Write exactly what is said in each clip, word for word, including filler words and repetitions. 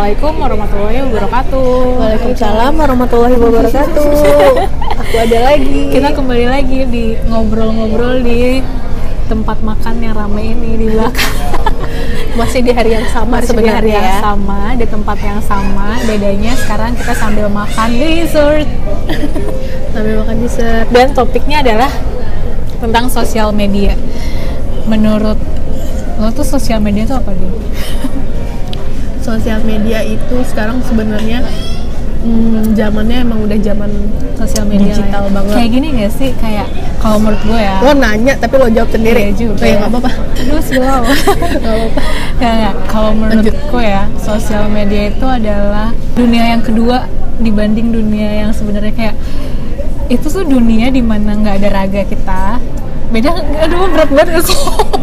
Assalamualaikum warahmatullahi wabarakatuh. Waalaikumsalam warahmatullahi wabarakatuh. Aku ada lagi. Kita kembali lagi di ngobrol-ngobrol di tempat makan yang ramai ini di belakang. Masih di hari yang sama Masih sebenarnya. di hari yang ya. sama, di tempat yang sama. Bedanya sekarang kita sambil makan dessert. Sambil makan dessert. Dan topiknya adalah tentang sosial media. Menurut lo tuh sosial media itu apa, Din? Sosial media itu sekarang sebenarnya hmm, zamannya emang udah zaman Sosial media digital lah ya. banget. Kayak gini gak sih? Kayak kalau menurut gue ya. Lo nanya tapi lo jawab sendiri. Iya juga. Oh, ya nggak apa-apa. Aduh, slow. Nggak apa-apa. Nggak, nggak. Kalau menurutku ya, sosial media itu adalah dunia yang kedua dibanding dunia yang sebenarnya kayak itu tuh dunia dimana nggak ada raga kita. Beda, aduh berat banget sih.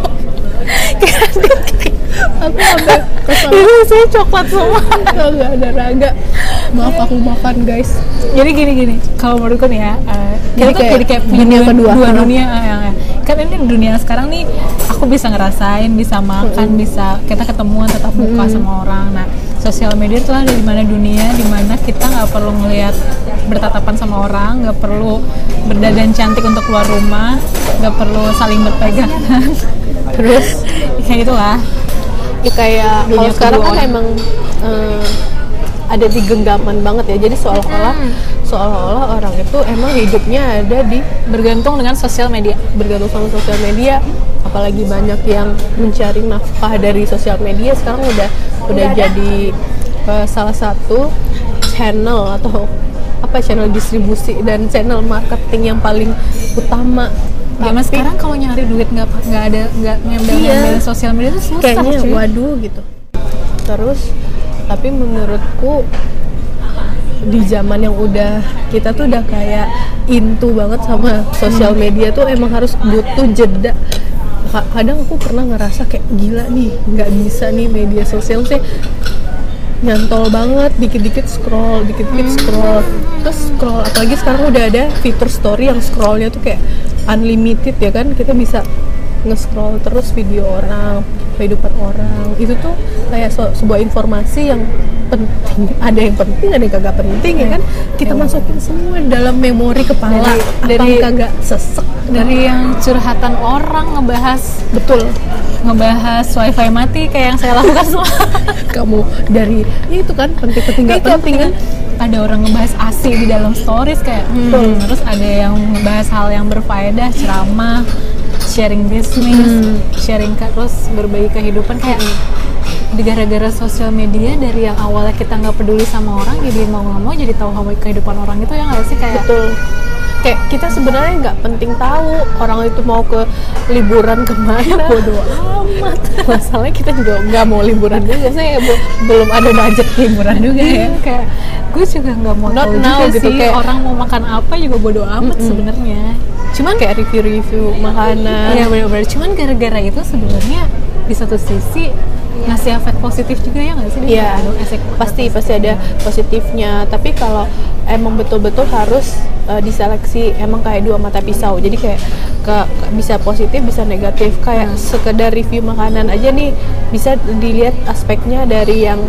Aku sampai kesel. Ini saya coklat semua. Kalau nggak ada raga. Maaf aku makan guys. Jadi gini-gini, kalau menurutku nih ya, uh, kita Jadi tuh kayak jadi kayak punya dunia dua, kedua. dua dunia. Uh, yang, yang. Kan ini dunia sekarang nih, aku bisa ngerasain, bisa makan, mm-hmm. bisa kita ketemuan tetap muka mm-hmm. sama orang. Nah, sosial media itu ada di mana dunia, di mana kita nggak perlu ngelihat bertatapan sama orang, nggak perlu berdandan cantik untuk keluar rumah, nggak perlu saling berpegangan. Terus kayak gitulah. Ya kayak kalau sekarang kan kedua. emang uh, ada di genggaman banget ya. Jadi seolah-olah Hmm. seolah-olah orang itu emang hidupnya ada di Bergantung dengan sosial media. bergantung sama sosial media. Apalagi banyak yang mencari nafkah dari sosial media sekarang udah udah jadi uh, salah satu channel atau apa channel distribusi dan channel marketing yang paling utama. Zaman Tapi sekarang kalau nyari duit nggak nggak ada nggak ngembel-ngembel Iya. sosial media itu susah kayaknya cuy. waduh gitu. Terus tapi menurutku di zaman yang udah kita tuh udah kayak into banget sama sosial media tuh emang harus butuh jeda. Kadang aku pernah ngerasa kayak gila nih, nggak bisa nih media sosial sih, nyantol banget, dikit-dikit scroll, dikit-dikit scroll, terus scroll. Apalagi sekarang udah ada fitur story yang scrollnya tuh kayak unlimited ya kan, kita bisa nge-scroll terus video orang, kehidupan orang. Itu tuh kayak so- sebuah informasi yang penting, ada yang penting, ada yang kagak penting ya kan. Kita masukin semua dalam memori kepala, Dari- dari dari- kagak sesek. Dari yang curhatan orang ngebahas Betul. ngebahas wifi mati kayak yang saya lakukan semua. Kamu dari ya itu kan penting-penting nggak Itu penting kan. ada orang ngebahas A S I di dalam stories kayak hmm, Betul. terus ada yang ngebahas hal yang berfaedah, ceramah, sharing bisnis, Hmm. sharing ke- terus berbagi kehidupan kayak di gara-gara sosial media dari yang awalnya kita nggak peduli sama orang jadi mau nggak mau jadi tahu kehidupan orang itu ya nggak sih kayak Betul. Kayak kita sebenarnya nggak penting tahu orang itu mau ke liburan kemana. bodo amat. Masalahnya kita juga nggak mau liburan juga sih, bu- belum ada budget liburan juga ya. Kayak gue juga nggak mau Not tahu now juga gitu, sih kayak- orang mau makan apa juga bodo amat Mm-mm. sebenarnya. Cuman kayak review-review makanan. Iya benar-benar. Cuman gara-gara itu sebenarnya di satu sisi ngasih efek positif juga ya nggak sih? Iya, Aduh, efek pasti pasti ada positifnya. Tapi kalau emang betul-betul harus uh, diseleksi, emang kayak dua mata pisau. Jadi kayak ke, ke- bisa positif, bisa negatif. Kayak Hmm. sekedar review makanan aja nih bisa dilihat aspeknya dari yang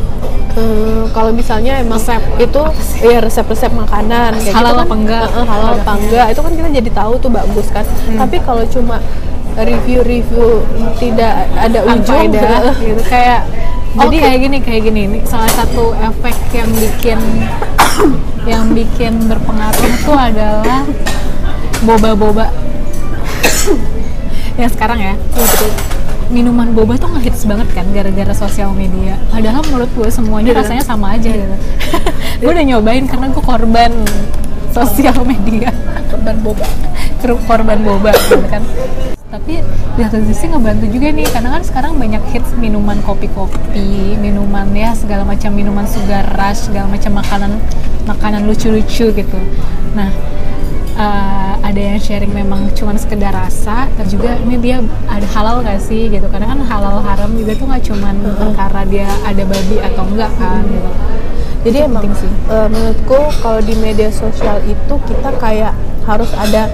uh, kalau misalnya emang Resep. itu ya resep-resep makanan kayak Halal gitu kan, apa enggak? uh, uh, halal apa enggak itu kan kita jadi tahu tuh bagus kan. Tapi kalau cuma review-review tidak ada ujung Unfaedah, gitu. gitu kayak jadi Oke. kayak gini kayak gini ini salah satu efek yang bikin yang bikin berpengaruh itu adalah boba-boba yang sekarang ya. Minuman boba tuh ngehits banget kan gara-gara sosial media, padahal menurut gue semuanya Iya. rasanya sama aja gitu. Gue udah nyobain karena gue korban sosial media, Korban boba. korban boba gitu kan. Tapi di satu sisi ngebantu juga nih karena kan sekarang banyak hits minuman kopi-kopi, minuman ya segala macam minuman sugar rush, segala macam makanan makanan lucu-lucu gitu. Nah, uh, ada yang sharing memang cuma sekedar rasa, dan juga ini dia ada halal nggak sih gitu. Karena kan halal haram juga tuh nggak cuma perkara dia ada babi atau enggak kan gitu. Jadi Itu emang penting sih. uh, menurutku kalau di media sosial itu kita kayak harus ada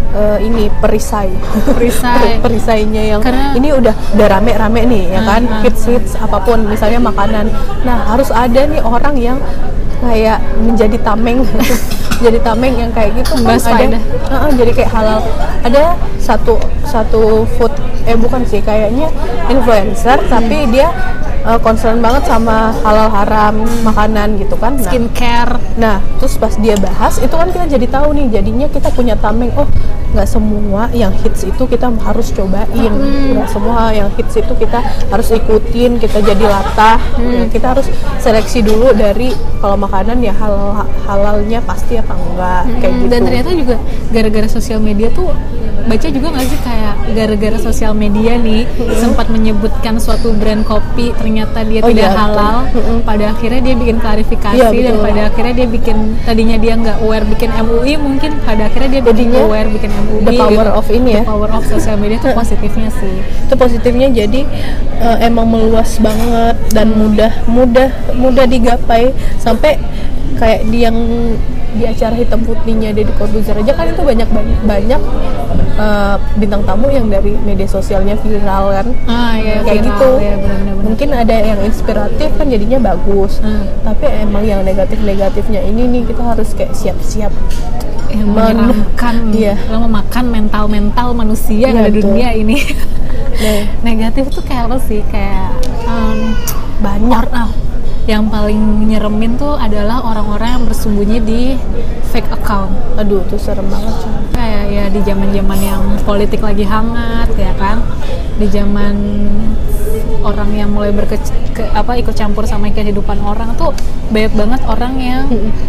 uh, ini perisai, Perisai. perisainya yang Karena- ini udah udah rame-rame nih ya kan, Hmm, hmm, hits hits apapun misalnya makanan. Nah harus ada nih orang yang kayak menjadi tameng, jadi tameng yang kayak gitu kan Bahas ada, faedah. uh-uh, jadi kayak halal. Ada satu satu food eh bukan sih kayaknya influencer tapi dia uh, concern banget sama halal haram makanan gitu kan. Nah, Skincare. Nah, terus pas dia bahas itu kan kita jadi tahu nih, jadinya kita punya tameng. Oh, nggak semua yang hits itu kita harus cobain, nggak semua yang hits itu kita harus ikutin, kita jadi latah. Ya, kita harus seleksi dulu dari kalau makanan ya halal halalnya pasti apa enggak kayak Hmm, gitu. Dan ternyata juga gara-gara sosial media tuh, baca juga nggak sih kayak gara-gara sosial media nih sempat menyebutkan suatu brand kopi ternyata dia Oh tidak iya, betul. halal. Mm-mm. Pada akhirnya dia bikin klarifikasi Iya, dan betul. pada akhirnya dia bikin, tadinya dia nggak aware bikin M U I, mungkin pada akhirnya dia bikin Jadinya aware bikin M U I. the power gitu. of ini ya. The power of sosial media tuh positifnya sih. Itu positifnya, jadi eh, emang meluas banget dan mudah mudah mudah digapai, sampai kayak di yang di acara hitam putihnya Deddy Corbuzier aja kan itu banyak banyak, banyak eh, bintang tamu yang dari media sosialnya viral kan. Ah ya, Kayak viral, gitu. ya, benar-benar. Mungkin ada yang inspiratif kan jadinya bagus, Hmm. tapi emang yang negatif-negatifnya ini nih kita harus kayak siap-siap. Yang Men- menyeramkan. Iya. Lo memakan mental-mental manusia yang Iya, ada di betul. dunia ini. Nah, Negatif tuh kayak apa sih, kayak um, banyak. ah, yang paling nyeremin tuh adalah orang-orang yang bersembunyi di fake account. Aduh, tuh serem banget cuy. Kayak ya di zaman-zaman yang politik lagi hangat ya kan, di zaman orang yang mulai berke ke, apa ikut campur sama kehidupan orang tuh banyak banget orang yang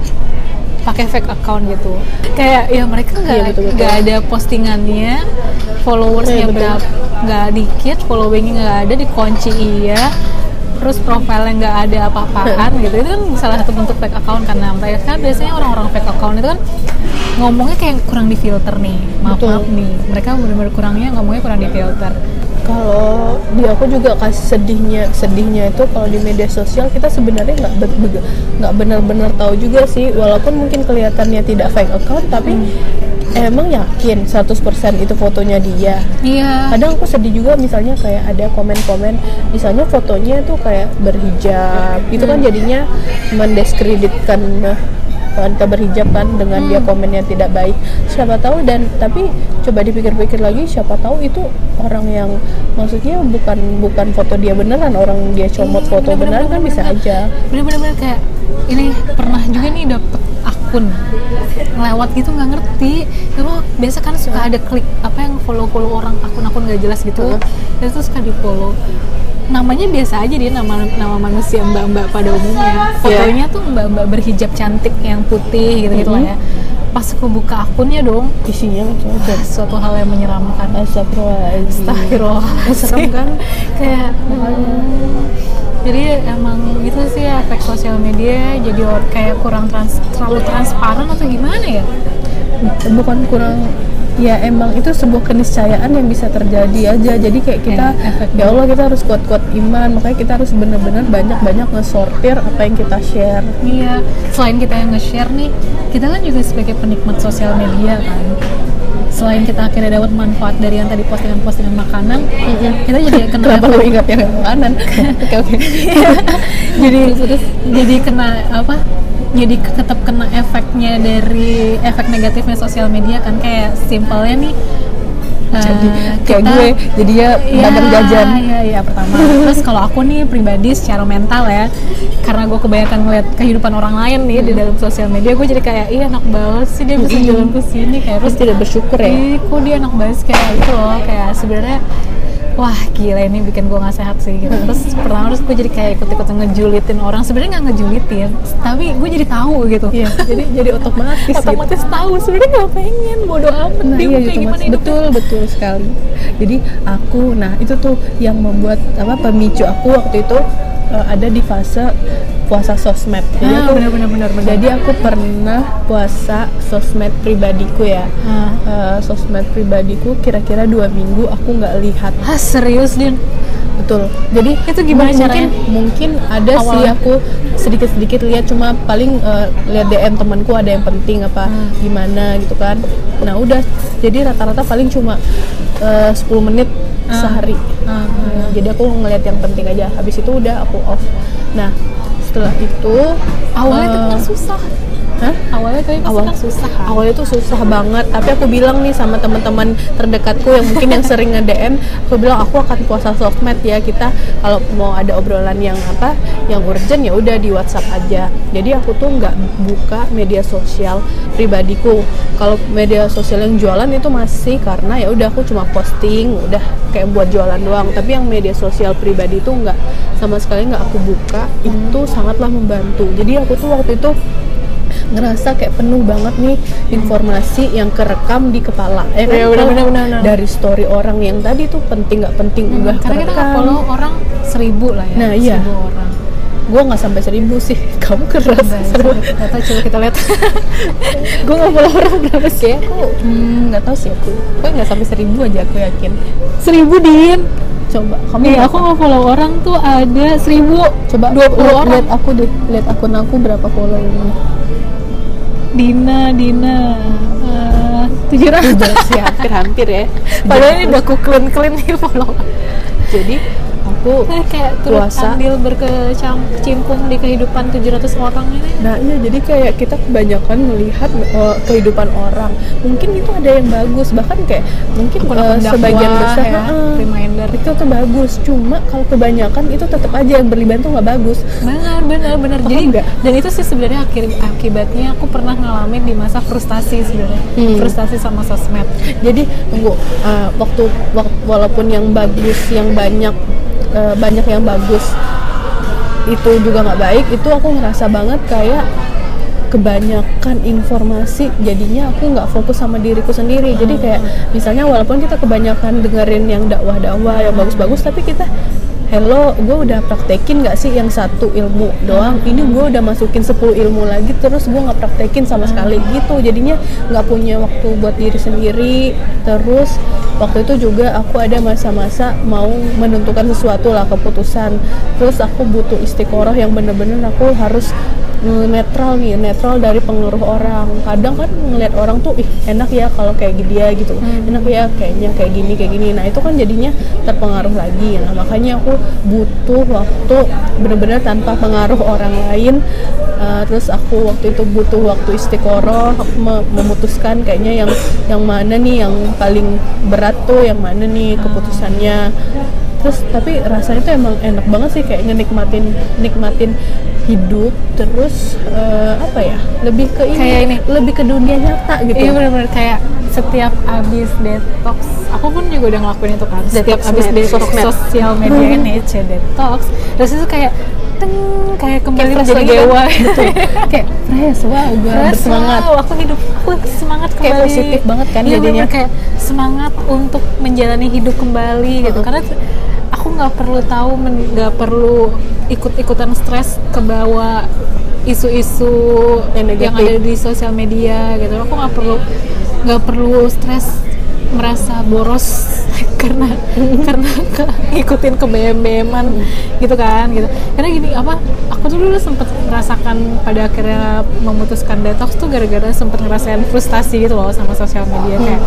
pakai fake account gitu. Kayak ya mereka nggak Iya, betul-betul. nggak ada postingannya, followersnya Iya, betul. berapa nggak dikit, followingnya nggak ada, dikunci iya, terus profilnya nggak ada apa-apaan gitu. Itu kan salah satu bentuk fake account, karena mereka biasanya orang-orang fake account itu kan ngomongnya kayak kurang difilter nih, maaf Betul. maaf nih, mereka benar-benar kurangnya ngomongnya kurang difilter. Kalau di aku juga kasih sedihnya sedihnya itu kalau di media sosial kita sebenarnya nggak be- be- nggak benar-benar tahu juga sih, walaupun mungkin kelihatannya tidak fake account tapi emang yakin seratus persen itu fotonya dia. Iya. Kadang aku sedih juga misalnya kayak ada komen-komen misalnya fotonya tuh kayak berhijab itu kan jadinya mendiskreditkan eh, wanita berhijab kan dengan dia komen yang tidak baik. Siapa tahu, dan tapi coba dipikir-pikir lagi, siapa tahu itu orang yang maksudnya bukan bukan foto dia beneran, orang dia comot Iya, foto bener-bener, beneran kan bisa aja. Bener-bener kayak ini pernah juga nih dapet akun ngelewat gitu, nggak ngerti. Terus biasa kan suka ada klik apa yang follow-follow orang akun-akun nggak jelas gitu, Heeh. dan itu suka di follow. Namanya biasa aja, dia nama nama manusia mbak-mbak pada umumnya. Fotonya tuh mbak-mbak berhijab cantik yang putih gitu gitu lah ya. Pas aku buka akunnya dong, Isinya macam wah, suatu hal yang menyeramkan. Astagfirullahaladzim. Astagfirullah, Serem kan? kayak hmm, jadi emang gitu sih efek sosial media, jadi or- kayak kurang trans, terlalu transparan atau gimana ya? Bukan kurang, ya emang itu sebuah keniscayaan yang bisa terjadi aja. Jadi kayak kita Ya, efek ya Allah kita harus kuat-kuat iman, makanya kita harus benar-benar banyak-banyak ngesortir apa yang kita share. Iya, selain kita yang nge-share nih, kita kan juga sebagai penikmat sosial media kan. Selain kita akhirnya dapat manfaat dari yang tadi postingan-postingan makanan, kita jadi kena Kenapa lu ingat yang makanan? Oke oke. jadi jadi kena apa? Jadi tetap kena efeknya dari efek negatifnya sosial media kan, kayak simpelnya nih. Jadi eh, kayak gue, jadinya dagang jajan. Iya, iya, pertama. Terus kalau aku nih pribadi secara mental ya, karena gue kebanyakan ngeliat kehidupan orang lain nih di dalam sosial media, gue jadi kayak, iya enak banget sih dia bisa Mm. jalan ke sini, kayak Terus terus tidak bersyukur ya. ih kok dia enak banget kayak gitu loh, kayak sebenarnya wah gila ini bikin gue nggak sehat sih gitu. Terus pertama terus gue jadi kayak ikut-ikut ngejulitin orang, sebenarnya nggak ngejulitin, tapi gue jadi tahu gitu. Iya, jadi jadi otomatis. Otomatis tahu sebenarnya nggak pengen, bodoh amat Nah, dia iya, mau kayak otomatis. gimana hidupnya. betul betul sekali. Jadi aku, nah itu tuh yang membuat apa pemicu aku waktu itu eh, ada di fase puasa sosmed. Jadi Ah, aku benar, benar, benar, benar. jadi aku pernah puasa sosmed pribadiku ya. Ah. Eh, sosmed pribadiku kira-kira dua minggu aku nggak lihat. Ah serius Din? betul. Jadi Itu gimana mungkin, caranya? Mungkin ada sih Awalnya. aku sedikit-sedikit lihat, cuma paling uh, lihat D M temanku ada yang penting apa Hmm. gimana gitu kan. Nah udah, jadi rata-rata paling cuma uh, sepuluh menit Hmm. sehari. Hmm. Nah, jadi aku ngeliat yang penting aja. Habis itu udah aku off. Nah setelah itu Awalnya uh, itu kan susah. Hah? Awalnya tapi pasti Awal- kan susah kan? Awalnya tuh susah banget, tapi aku bilang nih sama teman-teman terdekatku yang mungkin yang sering nge-D M, aku bilang aku akan puasa sosmed ya, kita kalau mau ada obrolan yang apa, yang urgent ya udah di WhatsApp aja. Jadi aku tuh nggak buka media sosial pribadiku. Kalau media sosial yang jualan itu masih karena ya udah aku cuma posting, udah kayak buat jualan doang. Tapi yang media sosial pribadi itu nggak, sama sekali nggak aku buka. Itu sangatlah membantu. Jadi aku tuh waktu itu ngerasa kayak penuh banget nih informasi yang kerekam di kepala ya kan. Iya, bener, Kalau bener, bener, bener. dari story orang yang tadi tuh penting nggak penting Hmm, udah karena kita nggak kerekam. follow orang seribu lah ya. Nah, iya. Seribu orang. Gue nggak sampai seribu sih, kamu keras. Nggak tahu, coba kita lihat. Gue nggak follow orang berapa sih aku, hmm, nggak tahu sih aku. Gue nggak sampai seribu aja aku yakin. Seribu Din. Coba kamu Nih berapa? aku nggak follow orang tuh ada seribu. Coba dua puluh lihat- orang. lihat aku deh, lihat akun aku berapa followernya. Dina, Dina. Uh, tujuh ratus. sih hampir-hampir ya. Padahal ini udah aku clean-clean nih follow. Jadi aku Nah, kayak turut puasa. andil berkecimpung di kehidupan tujuh ratus orang ini. Nah iya, jadi kayak kita kebanyakan melihat uh, kehidupan orang. Mungkin itu ada yang bagus, bahkan kayak mungkin uh, Akun-akun sebagian dakwah besar ya, uh, reminder. itu tuh bagus. Cuma kalau kebanyakan itu tetap aja yang berlebihan tuh nggak bagus. Benar, benar, benar. Paham Jadi nggak? dan itu sih sebenarnya akhir akibatnya aku pernah ngalamin di masa frustasi sebenarnya. Hmm. Frustasi sama sosmed. Jadi tunggu, uh, waktu, wak- walaupun yang bagus, yang banyak uh, banyak yang bagus itu juga nggak baik, itu aku ngerasa banget kayak kebanyakan informasi jadinya aku nggak fokus sama diriku sendiri. Jadi kayak misalnya walaupun kita kebanyakan dengerin yang dakwah-dakwah yang bagus-bagus, tapi kita hello, gue udah praktekin nggak sih yang satu ilmu doang, ini gue udah masukin sepuluh ilmu lagi terus gue nggak praktekin sama sekali gitu. Jadinya nggak punya waktu buat diri sendiri. Terus waktu itu juga aku ada masa-masa mau menentukan sesuatu lah, keputusan. Terus aku butuh istiqoroh yang bener-bener aku harus mm, netral nih, netral dari pengaruh orang. Kadang kan ngeliat orang tuh, ih enak ya kalau kayak dia gitu, enak ya kayaknya kayak gini kayak gini. Nah itu kan jadinya terpengaruh lagi. Nah makanya aku butuh waktu bener-bener tanpa pengaruh orang lain. Uh, terus aku waktu itu butuh waktu istiqoroh, aku me- memutuskan kayaknya yang yang mana nih yang paling berat tuh, yang mana nih keputusannya. Terus tapi rasanya tuh emang enak banget sih, kayak ngenikmatin nikmatin hidup. Terus uh, apa ya, lebih ke ini, Kayak ini. lebih ke dunia nyata gitu. Iya benar-benar kayak setiap abis detox, aku pun juga udah ngelakuin itu kan. Setiap Detox abis net, detox sosmed. sosial media ini, c detox, terus itu kayak teng, kayak kembali Kayak fresh menjadi lagi kan? dewa. Betul. Kayak fresh, wow, gue Fresh, bersemangat. wow, aku hidup, aku semangat kembali. Kayak positif banget kan Iya, jadinya. bener, kayak semangat untuk menjalani hidup kembali gitu. Uh-uh. Karena aku nggak perlu tahu, men- nggak perlu ikut-ikutan stres ke bawah isu-isu Yang yang, negatif. ada di sosial media gitu. Aku nggak perlu nggak perlu stres merasa boros karena karena ke- ngikutin ke B M B M-an gitu kan gitu. Karena gini apa, aku tuh dulu sempet merasakan pada akhirnya memutuskan detox tuh gara-gara sempet ngerasain frustasi gitu loh sama sosial media, kayak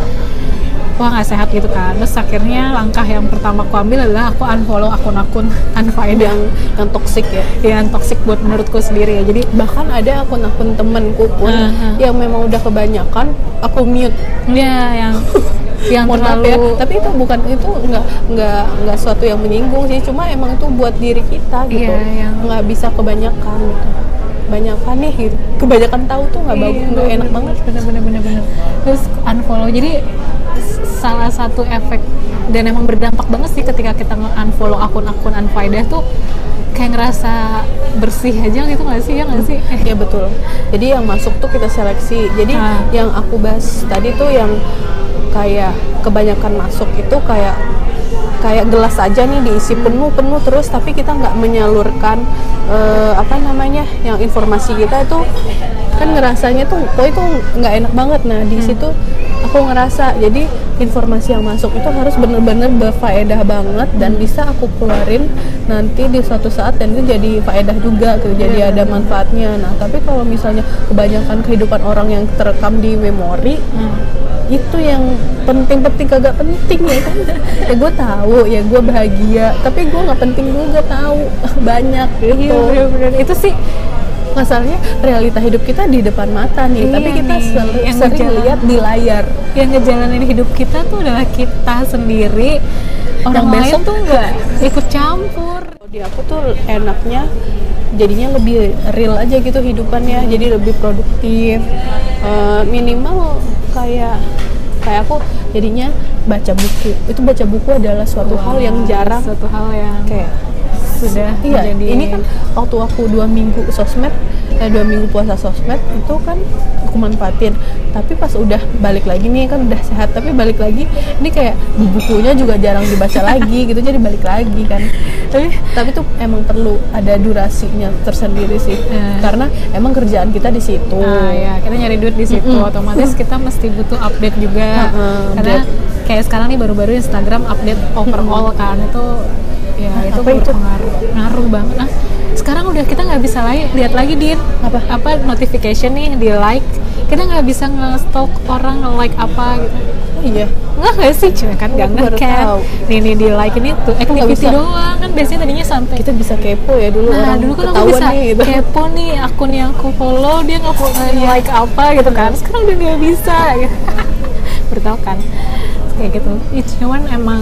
wah nggak sehat gitu kan. Terus akhirnya langkah yang pertama aku ambil adalah aku unfollow akun-akun unfaedah yang yang toksik ya. yang toxic buat menurutku sendiri ya. Jadi Bahkan ada akun-akun temenku pun Uh-huh. yang memang udah kebanyakan aku mute. ya yang yang Mohon maaf terlalu ya, tapi itu bukan, itu nggak nggak nggak suatu yang menyinggung sih, cuma emang itu buat diri kita gitu. Iya, yang- Nggak bisa kebanyakan gitu. Kebanyakan nih gitu. Kebanyakan tahu tuh nggak bagus, nggak enak banget. bener-bener bener-bener. Terus unfollow, jadi s- salah satu efek dan emang berdampak banget sih ketika kita nge-unfollow akun-akun unfaedah tuh kayak ngerasa bersih aja gitu nggak sih, ya nggak sih? Eh, Iya betul. Jadi yang masuk tuh kita seleksi. Jadi Ah. yang aku bahas tadi tuh yang kayak kebanyakan masuk itu kayak kayak gelas aja nih diisi penuh-penuh terus, tapi kita nggak menyalurkan uh, apa namanya yang informasi kita itu kan ngerasanya tuh kok itu nggak enak banget. Nah di hmm. situ aku ngerasa jadi informasi yang masuk itu harus bener-bener berfaedah banget dan bisa aku keluarin nanti di suatu saat dan itu jadi faedah juga gitu, jadi ada manfaatnya. Nah tapi kalau misalnya kebanyakan kehidupan orang yang terekam di memori, hmm. itu yang penting-penting kagak penting ya kan. Ya gue tahu ya gue bahagia, tapi gue nggak penting juga tahu banyak gitu. Iya, bener-bener. Itu sih masalahnya realita hidup kita di depan mata nih, iya tapi kita nih, sel- yang sering lihat di layar. Yang ngejalanin hidup kita tuh adalah kita sendiri. Orang yang besok tuh nggak ikut campur. Di aku tuh enaknya jadinya lebih real aja gitu hidupannya, jadi lebih produktif. Uh, minimal kayak kayak aku jadinya baca buku. Itu baca buku adalah suatu wow, hal yang jarang. Suatu hal yang kayak sudah iya, menjadi. Ini kan waktu aku dua minggu sosmed, eh, dua minggu puasa sosmed itu kan aku manfaatin. Tapi pas udah balik lagi nih kan udah sehat, tapi balik lagi ini kayak bukunya juga jarang dibaca lagi gitu, jadi balik lagi kan. Tapi tapi tuh emang perlu ada durasinya tersendiri sih, ya. Karena emang kerjaan kita di situ. Nah, ya kita nyari duit di situ, mm-hmm. otomatis kita mesti butuh update juga. Uh-huh. Karena update. Kayak sekarang nih baru-baru Instagram update overall kan itu. Ya nah, itu berpengaruh ngaruh banget. Nah sekarang udah kita nggak bisa lagi lihat lagi Din apa apa notification nih di like, kita nggak bisa nge-stalk orang nge-like apa gitu. Oh, iya nggak nggak sih cuma kan nggak nge-cap nih nih di like ini tuh activity doang kan biasanya tadinya sampai kita bisa kepo ya dulu. Nah orang dulu kan aku bisa nih, gitu. Kepo nih akun yang aku follow dia nge-like apa gitu kan, sekarang udah nggak bisa gitu. Bertahu kan kayak gitu. Itu cuman emang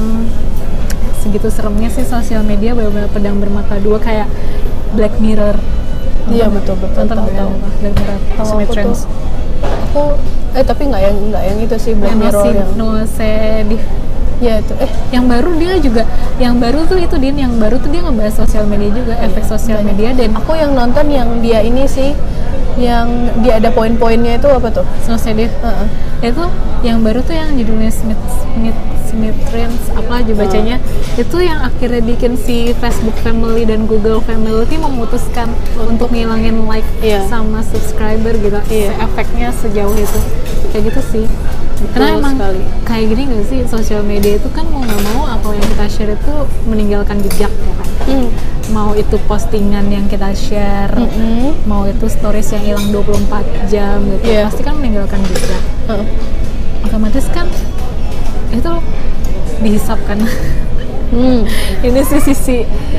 segitu seremnya sih sosial media, benar-benar pedang bermata dua kayak Black Mirror. Iya betul betul. Tonton tahu tahu Black Mirror. Smith Trends. Aku eh tapi nggak yang nggak yang itu sih Black Mirror yang yang no sedih. Ya itu eh yang baru dia juga yang baru tuh itu Din yang baru tuh dia ngebahas sosial media juga, efek sosial media. Dan aku yang nonton yang dia ini sih yang dia ada poin-poinnya itu apa tuh? No sedih. Uh-uh. Itu yang baru tuh yang judulnya Smith Smith Smith Trends apa aja bacanya, uh. itu yang akhirnya bikin si Facebook Family dan Google Family memutuskan untuk ngilangin like yeah. sama subscriber gitu. Yeah. Efeknya sejauh itu kayak gitu sih. Betul karena emang sekali. Kayak gini nggak sih, sosial media itu kan mau nggak mau apa yang kita share itu meninggalkan jejak ya kan. Mm. Mau itu postingan yang kita share, mm-hmm. mau itu stories yang hilang dua puluh empat jam gitu, yeah. pasti kan meninggalkan jejak. Uh. Otomatis kan itu dihisap kan. Hmm. Ini sih sisi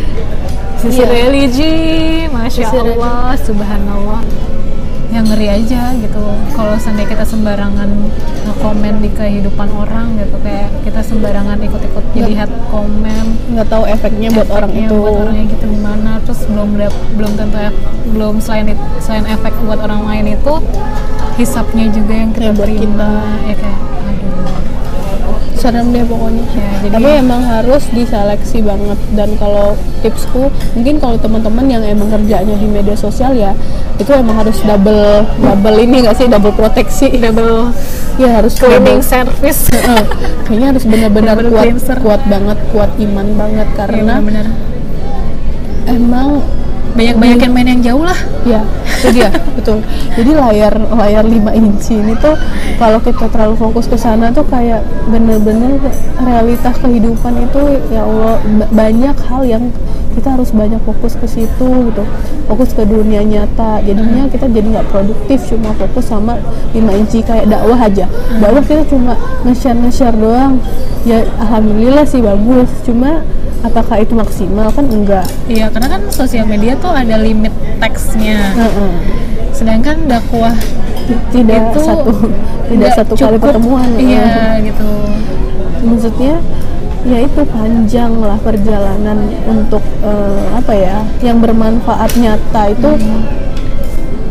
sisi yeah. religi, masya sisi Allah, religi. Subhanallah. Yang ngeri aja gitu kalau seandainya kita sembarangan nge-komen di kehidupan orang gitu, kayak kita sembarangan ikut-ikut jadi head comment, nggak tahu efeknya buat orang itu buat orangnya gitu gimana. Terus belum belum tentu belum selain selain efek buat orang lain itu hisapnya juga yang kita ya, buat terima kita. Ya kayak aduh serem deh pokoknya. Ya, jadi tapi emang harus diseleksi banget. Dan kalau tipsku mungkin kalau teman-teman yang emang kerjanya di media sosial ya itu emang harus double double ini nggak sih, double proteksi, double ya harus cleaning double service. uh, kayaknya harus benar-benar kuat cleanser. kuat banget kuat iman banget karena ya, bener-bener. Emang banyak-banyak yang main yang jauh lah. Ya, itu dia, betul. Jadi layar layar lima inci ini tuh kalau kita terlalu fokus ke sana tuh kayak bener-bener realitas kehidupan itu ya Allah banyak hal yang kita harus banyak fokus ke situ gitu. Fokus ke dunia nyata. Jadinya kita jadi nggak produktif cuma fokus sama lima inci kayak dakwah aja. Dakwah kita cuma nge-share nge-share doang. Ya alhamdulillah sih bagus. Cuma apakah itu maksimal kan enggak? Iya, karena kan sosial media tuh ada limit teksnya. Uh-uh. Sedangkan dakwah tidak itu satu tidak satu cukup, kali pertemuan. Iya, uh. gitu. Maksudnya ya itu panjang lah perjalanan untuk uh, apa ya? Yang bermanfaat nyata itu hmm.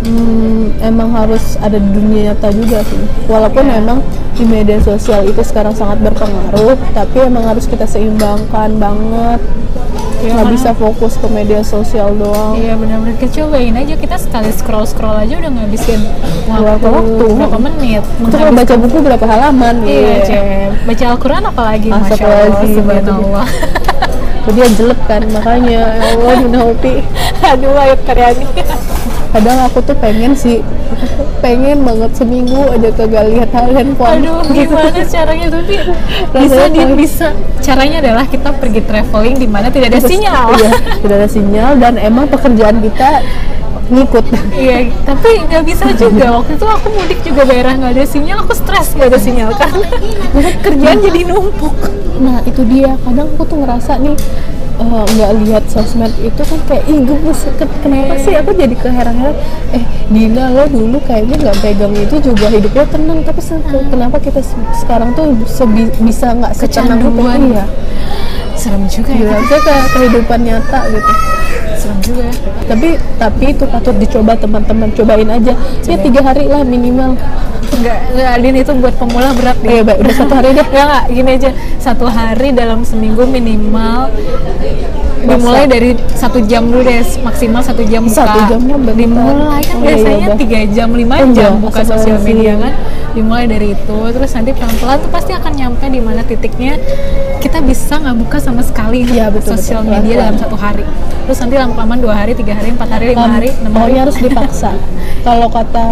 Hmm, emang harus ada di dunia nyata juga sih. Walaupun Iya. memang di media sosial itu sekarang sangat berpengaruh, tapi emang harus kita seimbangkan banget. Iya, Nggak karena- bisa fokus ke media sosial doang. Iya benar-benar, kita cobain aja, kita sekali scroll scroll aja udah ngabisin Berapa waktu, waktu? berapa menit. Itu kalau baca buku berapa halaman? Iya, Cem. Baca Al-Quran apalagi, Masya Allah, Astagfirullahaladzim. subhanallah. Jadi dia jelek kan, makanya ya Allah Minauti. Aduh, ayat karyani. Kadang aku tuh pengen sih, pengen banget seminggu aja kagak lihat handphone. Aduh, gimana caranya? Tapi bisa, Rasanya di, kayak- bisa. Caranya adalah kita pergi traveling di mana tidak ada sinyal. Iya, tidak ada sinyal dan emang pekerjaan kita ngikut. Iya, tapi nggak bisa juga. Waktu itu aku mudik juga daerah nggak ada sinyal, aku stres nggak ada sinyal karena kerjaan jadi numpuk. Nah itu dia, kadang aku tuh ngerasa nih eh, nggak lihat sosmed itu kan kayak ih gemes. Ke- kenapa sih aku jadi keheran-heran, eh Dina lo dulu kayaknya nggak pegang itu juga hidup lo tenang, tapi se- kenapa kita se- sekarang tuh sebi- bisa nggak setenang itu? Kecanduan. Iya, Serem juga ya. gila, kayak ke kehidupan nyata gitu. Serem juga ya. Tapi tapi itu patut dicoba teman-teman, cobain aja ya tiga hari lah minimal. Enggak, enggak, Adin, itu buat pemula berat nih. Iya, baik, udah satu hari deh. Enggak, enggak, gini aja. Satu hari dalam seminggu minimal dimulai dari satu jam dulu deh, maksimal satu jam buka. Satu jam mah bentar. Dimulai kan Oh, iya, biasanya udah. tiga jam, lima Oh, jam iya, buka sosial astagfirullahaladzim. media kan. Dimulai dari itu, terus nanti pelan-pelan tuh pasti akan nyampe di mana titiknya kita bisa nggak buka sama sekali Iya, betul, sosial betul. media Pelan-pelan. dalam satu hari. Terus nanti lama-kelamaan dua hari, tiga hari, empat hari, lima Paham. hari, enam hari. Pokoknya harus dipaksa. Kalau kata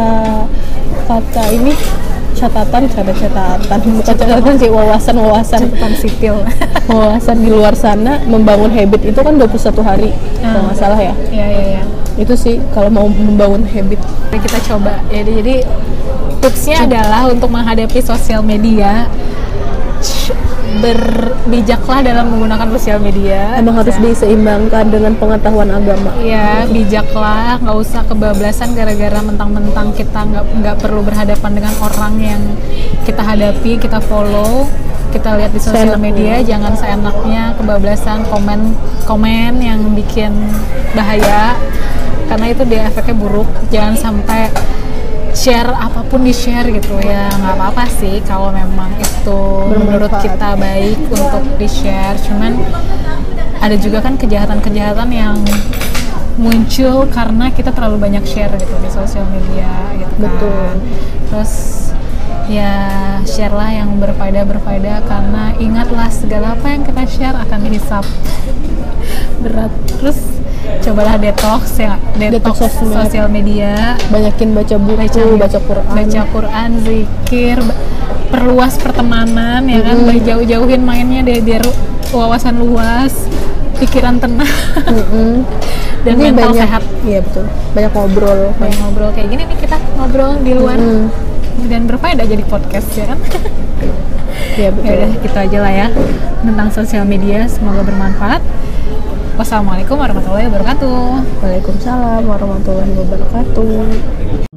kata ini catatan, ada catatan, bukan catatan sih, wawasan wawasan Catatan sipil. wawasan di luar sana membangun habit itu kan dua puluh satu hari kalau nggak salah ya. Iya, iya, iya. Itu sih kalau mau membangun habit. Mari kita coba. Jadi, jadi tipsnya adalah untuk menghadapi sosial media, sh- berbijaklah dalam menggunakan sosial media. Emang harus Ya. diseimbangkan dengan pengetahuan agama. Iya, bijaklah, nggak usah kebablasan gara-gara mentang-mentang kita nggak nggak perlu berhadapan dengan orang yang kita hadapi, kita follow, kita lihat di sosial Seenaknya. media. Jangan seenaknya kebablasan komen komen yang bikin bahaya, karena itu dia efeknya buruk. Jangan sampai share apapun di share gitu ya, nggak apa-apa sih kalau memang itu menurut Bermanfaat. kita baik untuk di share. Cuman ada juga kan kejahatan-kejahatan yang muncul karena kita terlalu banyak share gitu di sosial media gitu kan. Betul. Terus ya share lah yang berfaedah berfaedah, karena ingatlah segala apa yang kita share akan dihisap. Berat. Terus cobalah detox ya, detox, Detox sosmed. sosial media, Banyakin baca buku, baca, Quran. baca Quran, zikir, ba- perluas pertemanan ya kan, Mm-mm. jauh-jauhin mainnya deh biar wawasan luas, pikiran tenang, Mm-mm. dan Ini mental banyak, sehat. Iya betul. Banyak ngobrol. Banyak ngobrol kayak gini nih, kita ngobrol di luar Mm. dan berfaedah jadi podcast ya kan. Iya betul. Ya udah, gitu aja lah ya tentang sosial media, semoga bermanfaat. Wassalamualaikum warahmatullahi wabarakatuh. Waalaikumsalam warahmatullahi wabarakatuh.